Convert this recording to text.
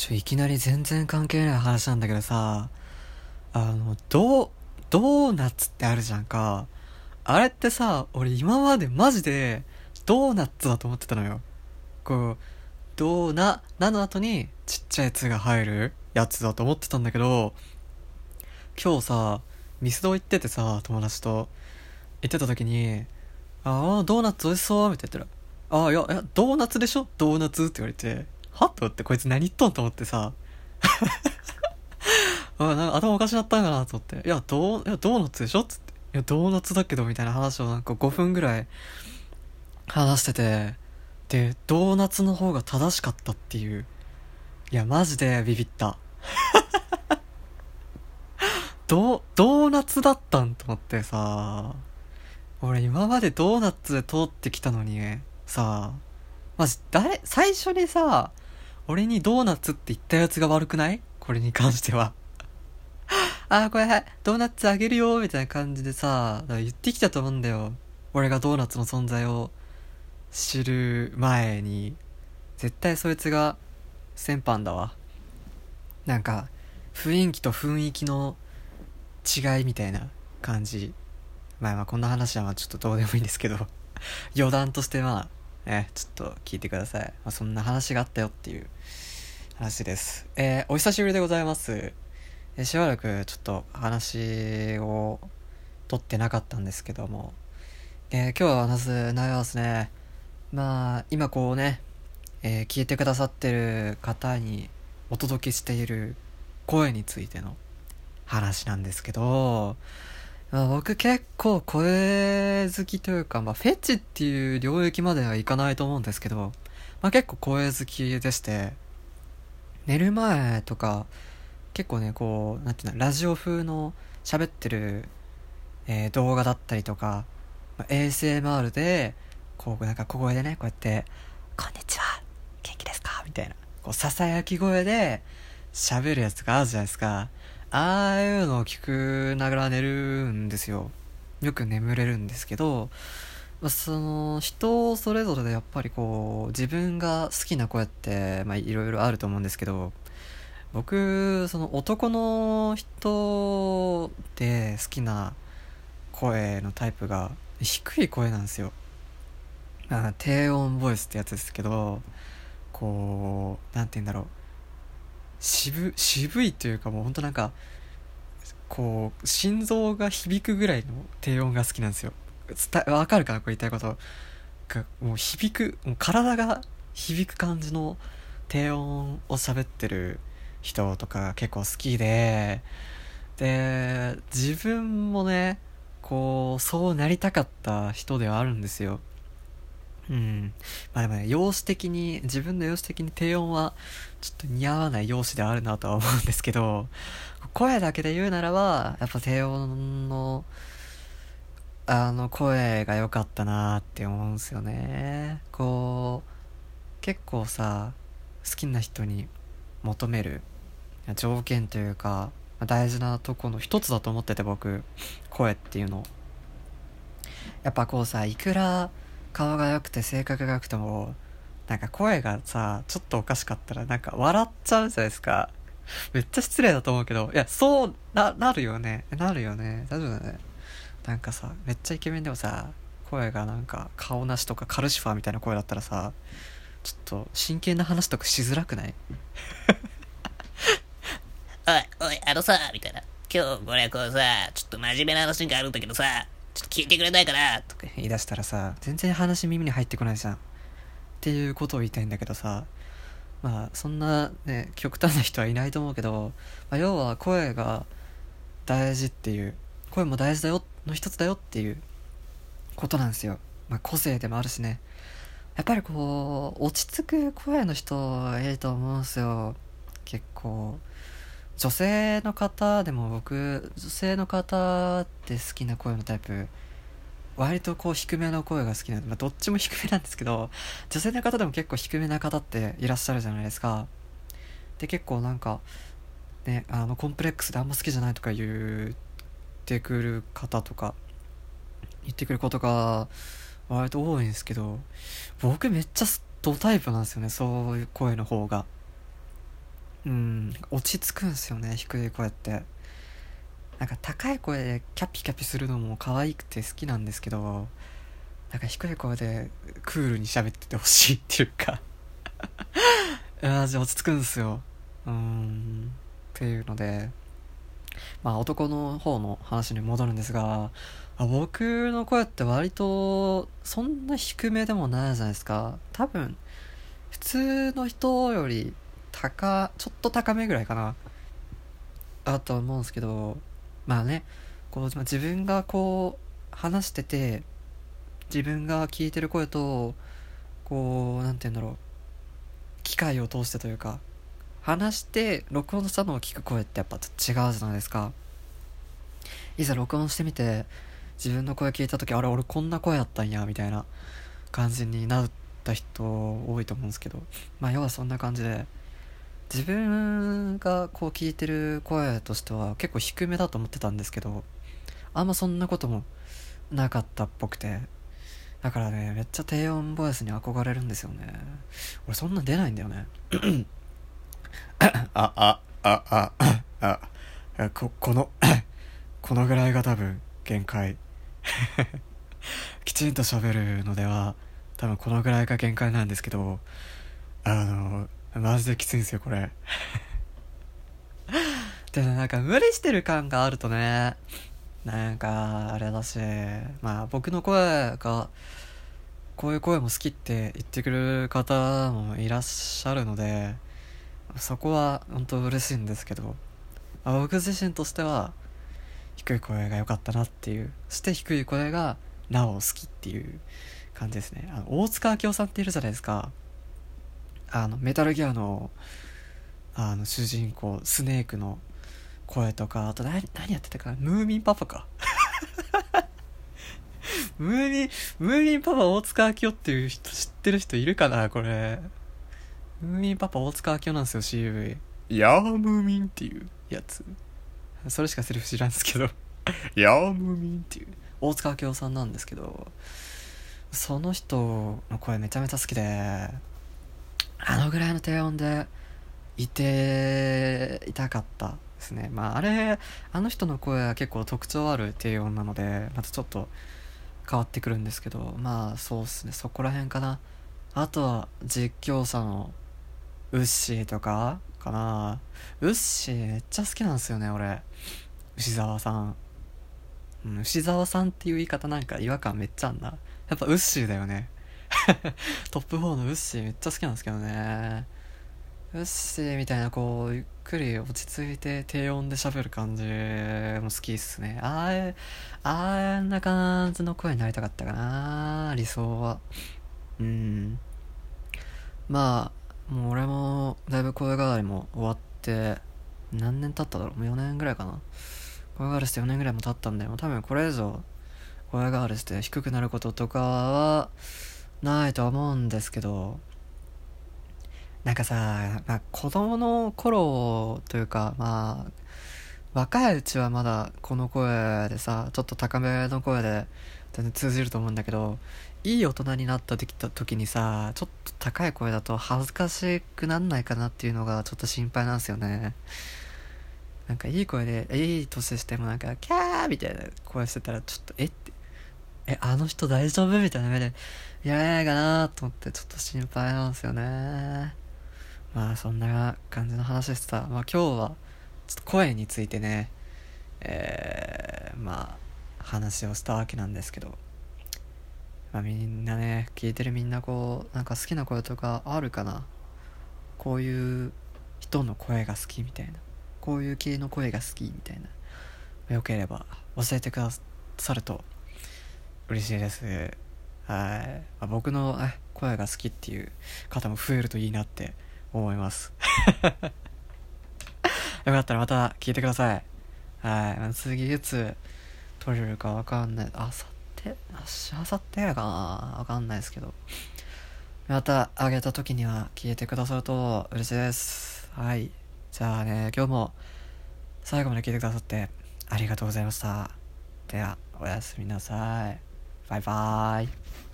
いきなり全然関係ない話なんだけどさ、ドーナツってあるじゃんか。あれってさ、俺今までマジでドーナツだと思ってたのよ。こう、なの後にちっちゃいやつが入るやつだと思ってたんだけど、今日さ、ミスド行っててさ、友達と行ってた時に、ドーナツ美味しそうみたいな言ったら、いや、ドーナツでしょドーナツって言われて、はっと思って、こいつ何言っとんと思ってさ、なんか頭おかしなったんかなと思って、ドーナツでしょつって、いや、ドーナツだけどみたいな話をなんか5分ぐらい話してて、で、ドーナツの方が正しかったっていう。いや、マジでビビった。ドーナツだったんと思ってさ、俺今までドーナツで通ってきたのに、さ、マジ、最初にさ、俺にドーナツって言ったやつが悪くない？これに関しては。これはい、ドーナツあげるよ、みたいな感じでさ、だから言ってきたと思うんだよ。俺がドーナツの存在を知る前に、絶対そいつが先般だわ。なんか、雰囲気と雰囲気の違いみたいな感じ。まあこんな話はちょっとどうでもいいんですけど、余談としてちょっと聞いてください。そんな話があったよっていう話です。お久しぶりでございます。しばらくちょっと話を取ってなかったんですけども、今日は話す内容はですね、今こうね、聞いてくださってる方にお届けしている声についての話なんですけど、僕結構声好きというか、フェチっていう領域まではいかないと思うんですけど、結構声好きでして、寝る前とか結構ね、こうなんていうの、ラジオ風の喋ってる、動画だったりとか、ASMR でこうなんか小声でね、こうやってこんにちは元気ですかみたいな、こうささやき声で喋るやつがあるじゃないですか。ああいうのを聞くながら寝るんですよ。よく眠れるんですけど、その人それぞれでやっぱりこう自分が好きな声っていろいろあると思うんですけど、僕その男の人で好きな声のタイプが低い声なんですよ。低音ボイスってやつですけど、こうなんて言うんだろう、渋いというか、もうほんとなんかこう心臓が響くぐらいの低音が好きなんですよ。わかるかな、これ言いたいことが。もう響く、もう体が響く感じの低音を喋ってる人とかが結構好きで、自分もね、こうそうなりたかった人ではあるんですよ。うん。でもね、自分の容姿的に低音はちょっと似合わない容姿ではあるなとは思うんですけど、声だけで言うならば、やっぱ低音の、声が良かったなって思うんですよね。こう、結構さ、好きな人に求める条件というか、大事なとこの一つだと思ってて、僕、声っていうの。やっぱこうさ、いくら顔が良くて性格が良くても、なんか声がさ、ちょっとおかしかったらなんか笑っちゃうじゃないですか。めっちゃ失礼だと思うけど、いや、なるよね。なるよね。大丈夫だね。なんかさ、めっちゃイケメンでもさ、声がなんか顔なしとかカルシファーみたいな声だったらさ、ちょっと真剣な話とかしづらくない？ おい、みたいな。今日これこうさ、ちょっと真面目な話があるんだけどさ、ちょっと聞いてくれないかなとか。 言い出したらさ、全然話耳に入ってこないじゃんっていうことを言いたいんだけどさ、そんなね、極端な人はいないと思うけど、要は声が大事っていう、声も大事だよの一つだよっていうことなんですよ。個性でもあるしね。やっぱりこう落ち着く声の人いいと思うんですよ。結構女性の方でも、僕女性の方って好きな声のタイプ、割とこう低めの声が好きなんで、どっちも低めなんですけど、女性の方でも結構低めな方っていらっしゃるじゃないですか。で、結構なんかね、コンプレックスであんま好きじゃないとか言ってくる方とか言ってくることが割と多いんですけど、僕めっちゃドタイプなんですよね、そういう声の方が。 落ち着くんすよね、低い声って。なんか高い声でキャピキャピするのも可愛くて好きなんですけど、なんか低い声でクールに喋っててほしいっていうかマジで落ち着くんですよ。っていうので、まあ男の方の話に戻るんですが、僕の声って割とそんな低めでもないじゃないですか。多分普通の人よりちょっと高めぐらいかなと思うんですけど、まあね、こう自分がこう話してて、自分が聞いてる声と、こうなんて言うんだろう、機械を通してというか、話して録音したのを聞く声ってやっぱ違うじゃないですか。いざ録音してみて自分の声聞いた時、あれ俺こんな声やったんやみたいな感じになった人多いと思うんですけど、まあ要はそんな感じで、自分がこう聞いてる声としては結構低めだと思ってたんですけど、あんまそんなこともなかったっぽくて、だからね、めっちゃ低音ボイスに憧れるんですよね。俺そんな出ないんだよねこのこのぐらいが多分限界きちんと喋るのでは多分このぐらいが限界なんですけど、マジできついんですよこれでもなんか無理してる感があるとね、なんかあれだし、まあ僕の声がこういう声も好きって言ってくれる方もいらっしゃるので、そこは本当嬉しいんですけど、僕自身としては低い声が良かったなっていう、して低い声がなお好きっていう感じですね。大塚明夫さんっているじゃないですか。メタルギアの主人公スネークの声とか、あと何やってたかな、ムーミンパパかムーミンパパ大塚明夫っていう人知ってる人いるかな。これムーミンパパ大塚明夫なんですよ。 CV ヤームーミンっていうやつ、それしかセリフ知らんすけどヤームーミンっていう大塚明夫さんなんですけど、その人の声めちゃめちゃ好きで、あのぐらいの低音でいたかったですね。まああの人の声は結構特徴ある低音なので、またちょっと変わってくるんですけど、まあそうっすね、そこら辺かな。あとは実況者のウッシーとかかな。ウッシーめっちゃ好きなんですよね俺。牛沢さん、牛沢さんっていう言い方なんか違和感めっちゃあんな。やっぱウッシーだよねトップ4のウッシーめっちゃ好きなんですけどね。ウッシーみたいなこうゆっくり落ち着いて低音で喋る感じも好きっすね。あんな感じの声になりたかったかな、理想は。まあもう俺もだいぶ声変わりも終わって何年経っただろう、もう4年ぐらいかな。声変わりして4年ぐらいも経ったんで、もう多分これ以上声変わりして低くなることとかはないとは思うんですけど、なんかさ、まあ、子供の頃というか、まあ若いうちはまだこの声でさ、ちょっと高めの声で全然通じると思うんだけど、いい大人になった時にさ、ちょっと高い声だと恥ずかしくなんないかなっていうのがちょっと心配なんですよね。なんかいい声でいい年してもなんかキャーみたいな声してたら、ちょっとあの人大丈夫みたいな目でやらないかなと思ってちょっと心配なんですよね。まあそんな感じの話でした。まあ今日はちょっと声についてね、まあ話をしたわけなんですけど、まあみんなね、聞いてるみんなこうなんか好きな声とかあるかな。こういう人の声が好きみたいな、こういう系の声が好きみたいな、よければ教えてくださると嬉しいです。はい、まあ、僕の声が好きっていう方も増えるといいなって思いますよかったらまた聞いてください。はい、まあ、次いつ撮れるかわかんない、あさってやかな、わかんないですけど、またあげた時には聞いてくださると嬉しいです。はい、じゃあね、今日も最後まで聞いてくださってありがとうございました。ではおやすみなさい。バイバーイ。